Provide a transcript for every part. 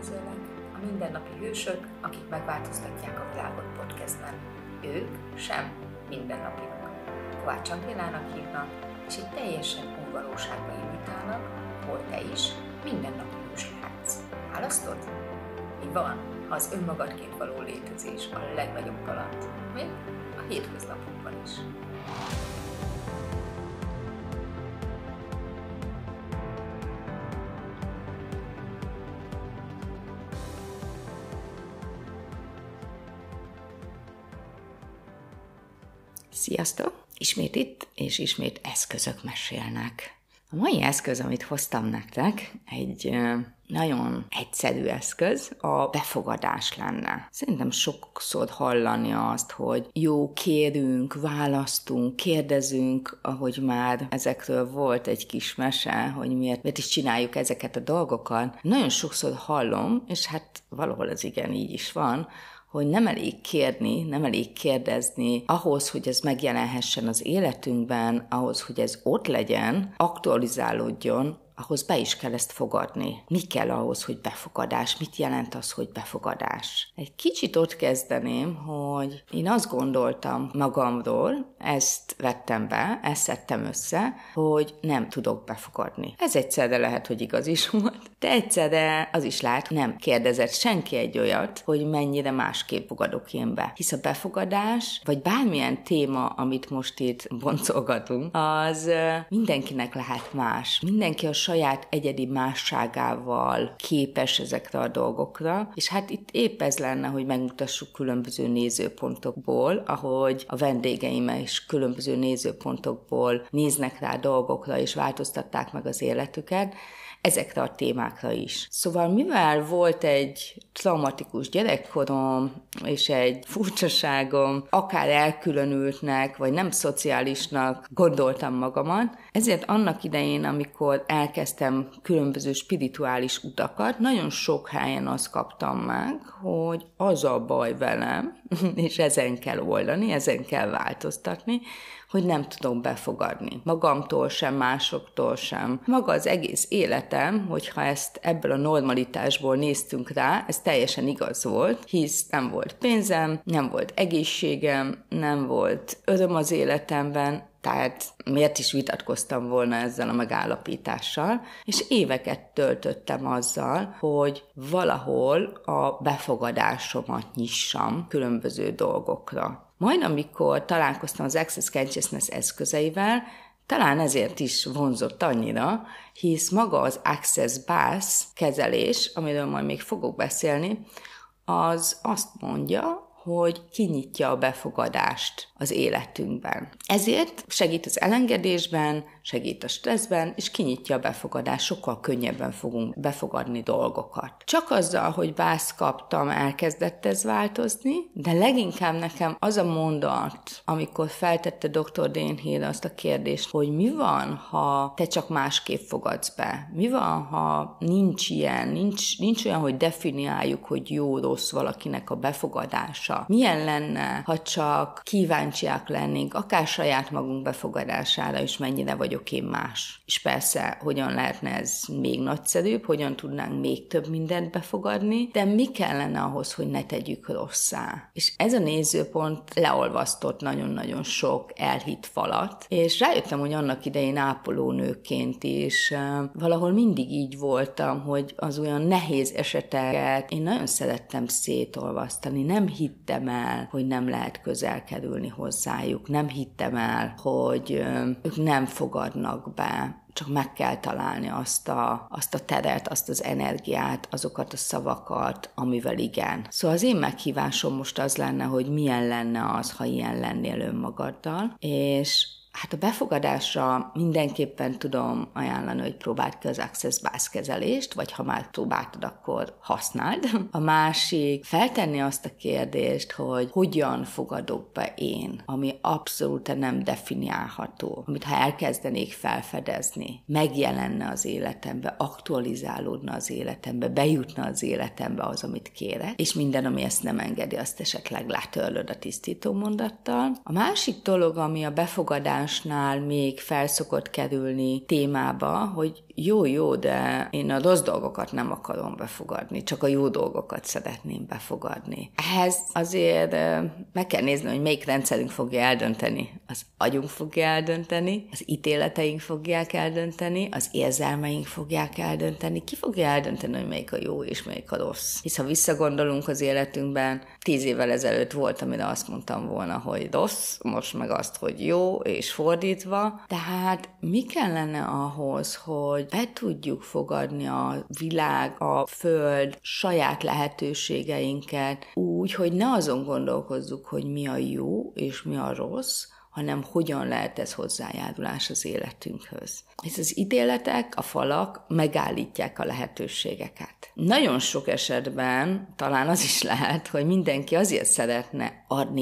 üdvözöllek, a mindennapi hősök, akik megváltoztatják a világot podcastben. Ők sem mindennapiak. Kovács Angélának hívnak, és egy teljesen új valóságba invitálnak, hol te is mindennapi hős lehetsz. Választod? Mi van, ha az önmagadként való létezés a legnagyobb kaland, még a hétköznapokban is? Sziasztok! Ismét itt, és ismét eszközök mesélnek. A mai eszköz, amit hoztam nektek, egy nagyon egyszerű eszköz, a befogadás lenne. Szerintem sokszor hallani azt, hogy jó, kérünk, választunk, kérdezünk, ahogy már ezekről volt egy kis mese, hogy miért is csináljuk ezeket a dolgokat. Nagyon sokszor hallom, és hát valahol ez igen így is van, hogy nem elég kérni, nem elég kérdezni, ahhoz, hogy ez megjelenhessen az életünkben, ahhoz, hogy ez ott legyen, aktualizálódjon, ahhoz be is kell ezt fogadni. Mi kell ahhoz, hogy befogadás? Mit jelent az, hogy befogadás? Egy kicsit ott kezdeném, hogy én azt gondoltam magamról, ezt vettem be, ezt szedtem össze, hogy nem tudok befogadni. Ez egyszerre lehet, hogy igaz is volt, de egyszerre az is lehet, nem kérdezett senki egy olyat, hogy mennyire másképp fogadok én be. Hisz a befogadás, vagy bármilyen téma, amit most itt boncolgatunk, az mindenkinek lehet más. Mindenki a saját egyedi másságával képes ezekre a dolgokra, és hát itt épp ez lenne, hogy megmutassuk különböző nézőpontokból, ahogy a vendégeim is különböző nézőpontokból néznek rá dolgokra, és változtatták meg az életüket, ezekre a témákra is. Szóval mivel volt egy traumatikus gyerekkorom, és egy furcsaságom, akár elkülönültnek, vagy nem szociálisnak gondoltam magamat, ezért annak idején, amikor elkezdtem különböző spirituális utakat, nagyon sok helyen azt kaptam meg, hogy az a baj velem, és ezen kell oldani, ezen kell változtatni, hogy nem tudom befogadni. Magamtól sem, másoktól sem. Maga az egész életem, hogyha ezt ebből a normalitásból néztünk rá, ez teljesen igaz volt, hisz nem volt pénzem, nem volt egészségem, nem volt öröm az életemben, tehát miért is vitatkoztam volna ezzel a megállapítással, és éveket töltöttem azzal, hogy valahol a befogadásomat nyissam különböző dolgokra. Majd amikor találkoztam az Access Consciousness eszközeivel, talán ezért is vonzott annyira, hisz maga az Access Base kezelés, amiről majd még fogok beszélni, az azt mondja, hogy kinyitja a befogadást az életünkben. Ezért segít az elengedésben, segít a stresszben, és kinyitja a befogadást, sokkal könnyebben fogunk befogadni dolgokat. Csak azzal, hogy bászt kaptam, elkezdett ez változni, de leginkább nekem az a mondat, amikor feltette Dr. Dain Heer azt a kérdést, hogy mi van, ha te csak másképp fogadsz be? Mi van, ha nincs ilyen, nincs olyan, hogy definiáljuk, hogy jó-rossz valakinek a befogadása? Milyen lenne, ha csak kíváncsiak lennénk, akár saját magunk befogadására is, mennyire vagyok én más. És persze, hogyan lehetne ez még nagyszerűbb, hogyan tudnánk még több mindent befogadni, de mi kellene ahhoz, hogy ne tegyük rosszá. És ez a nézőpont leolvasztott nagyon-nagyon sok elhitt falat, és rájöttem, hogy annak idején ápolónőként is valahol mindig így voltam, hogy az olyan nehéz eseteket én nagyon szerettem szétolvasztani, nem hittem el, hogy nem lehet közel kerülni hozzájuk, nem hittem el, hogy ők nem fogadnak be, csak meg kell találni azt a teret, azt az energiát, azokat a szavakat, amivel igen. Szóval az én meghívásom most az lenne, hogy milyen lenne az, ha ilyen lennél önmagaddal, és hát a befogadásra mindenképpen tudom ajánlani, hogy próbáld ki az Access Base kezelést, vagy ha már próbáltad, akkor használd. A másik, feltenni azt a kérdést, hogy hogyan fogadok be én, ami abszolút nem definiálható, amit ha elkezdenék felfedezni, megjelenne az életembe, aktualizálódna az életembe, bejutna az életembe az, amit kérek, és minden, ami ezt nem engedi, azt esetleg letörlöd a tisztító mondattal. A másik dolog, ami a befogadásnál még felszokott kerülni témába, hogy jó, de én a rossz dolgokat nem akarom befogadni, csak a jó dolgokat szeretném befogadni. Ehhez azért meg kell nézni, hogy melyik rendszerünk fogja eldönteni. Az agyunk fogja eldönteni, az ítéleteink fogják eldönteni, az érzelmeink fogják eldönteni. Ki fogja eldönteni, hogy melyik a jó és melyik a rossz? Hisz ha visszagondolunk az életünkben, 10 évvel ezelőtt volt, amire azt mondtam volna, hogy rossz, most meg azt, hogy jó, és fordítva. Tehát mi kellene ahhoz, hogy be tudjuk fogadni a világ, a föld saját lehetőségeinket úgy, hogy ne azon gondolkozzuk, hogy mi a jó és mi a rossz, hanem hogyan lehet ez hozzájárulás az életünkhöz. És az ítéletek, a falak megállítják a lehetőségeket. Nagyon sok esetben talán az is lehet, hogy mindenki azért szeretne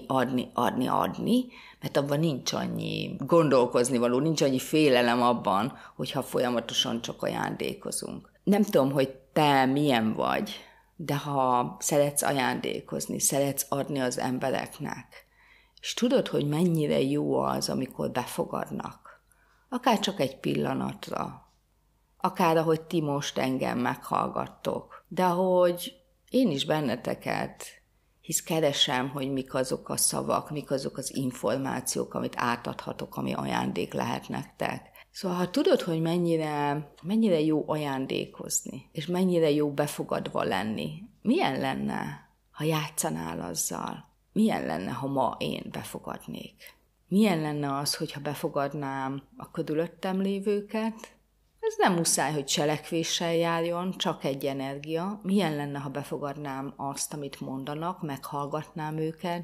adni, mert abban nincs annyi gondolkozni való, nincs annyi félelem abban, hogyha folyamatosan csak ajándékozunk. Nem tudom, hogy te milyen vagy, de ha szeretsz ajándékozni, szeretsz adni az embereknek, és tudod, hogy mennyire jó az, amikor befogadnak, akár csak egy pillanatra, akár ahogy ti most engem meghallgattok, de ahogy én is benneteket, hisz keresem, hogy mik azok a szavak, mik azok az információk, amit átadhatok, ami ajándék lehet nektek. Szóval, ha tudod, hogy mennyire jó ajándékozni, és mennyire jó befogadva lenni, milyen lenne, ha játszanál azzal? Milyen lenne, ha ma én befogadnék? Milyen lenne az, hogyha befogadnám a körülöttem lévőket? Ez nem muszáj, hogy cselekvéssel járjon, csak egy energia. Milyen lenne, ha befogadnám azt, amit mondanak, meghallgatnám őket?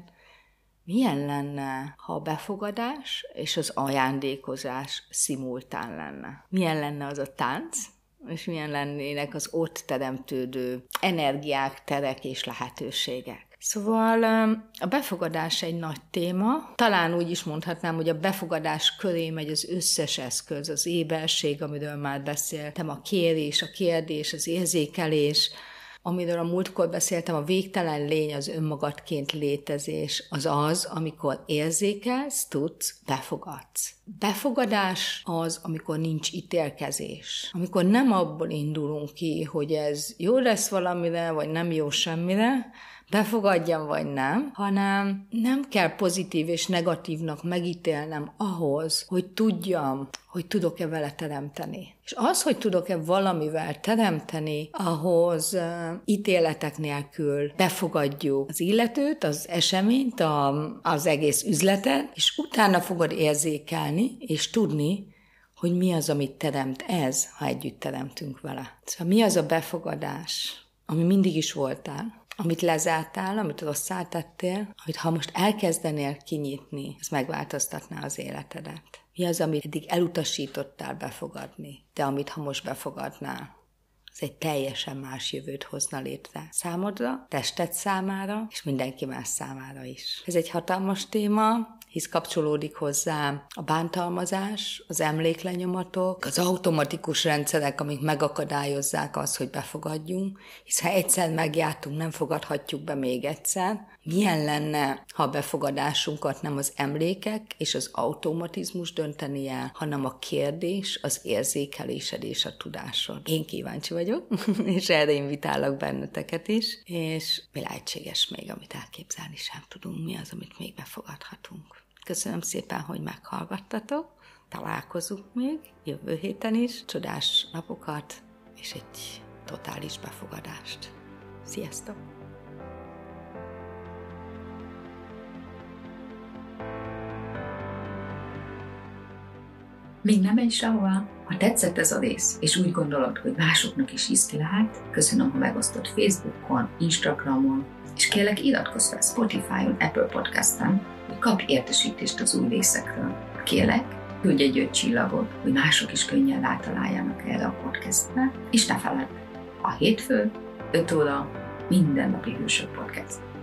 Milyen lenne, ha a befogadás és az ajándékozás szimultán lenne? Milyen lenne az a tánc, és milyen lennének az ott teremtődő energiák, terek és lehetőségek? Szóval a befogadás egy nagy téma. Talán úgy is mondhatnám, hogy a befogadás köré megy az összes eszköz, az éberség, amiről már beszéltem, a kérés, a kérdés, az érzékelés, amiről a múltkor beszéltem, a végtelen lény, az önmagadként létezés, az, amikor érzékelsz, tudsz, befogadsz. Befogadás az, amikor nincs ítélkezés. Amikor nem abból indulunk ki, hogy ez jó lesz valamire, vagy nem jó semmire, befogadjam vagy nem, hanem nem kell pozitív és negatívnak megítélnem ahhoz, hogy tudjam, hogy tudok-e vele teremteni. És az, hogy tudok-e valamivel teremteni, ahhoz ítéletek nélkül befogadjuk az illetőt, az eseményt, az egész üzletet, és utána fogod érzékelni, és tudni, hogy mi az, amit teremt ez, ha együtt teremtünk vele. Szóval mi az a befogadás, ami mindig is voltál, amit lezártál, amit rosszá tettél, amit ha most elkezdenél kinyitni, ez megváltoztatná az életedet. Mi az, amit eddig elutasítottál befogadni, de amit ha most befogadnál, az egy teljesen más jövőt hozna létre számodra, tested számára, és mindenki más számára is. Ez egy hatalmas téma, hisz kapcsolódik hozzá a bántalmazás, az emléklenyomatok, az automatikus rendszerek, amik megakadályozzák azt, hogy befogadjunk, hisz ha egyszer megjártunk, nem fogadhatjuk be még egyszer. Milyen lenne, ha a befogadásunkat nem az emlékek és az automatizmus dönteni el, hanem a kérdés, az érzékelésed és a tudásod. Én kíváncsi vagyok, és erre invitálok benneteket is, és mi lehetséges még, amit elképzelni sem tudunk, mi az, amit még befogadhatunk. Köszönöm szépen, hogy meghallgattatok, találkozunk még jövő héten is, csodás napokat és egy totális befogadást. Sziasztok! Még nem menj sehová. Ha tetszett ez a rész, és úgy gondolod, hogy másoknak is ízki lehet, köszönöm, ha megosztod Facebookon, Instagramon, és kérlek iratkozz fel Spotify-on, Apple Podcast-en, hogy kapj értesítést az új részekről. Kérlek, küldj egy 5 csillagot, hogy mások is könnyen rátaláljanak erre a podcastre, és ne feledd, a hétfő, 5 óra, mindennapi Hősök Podcast.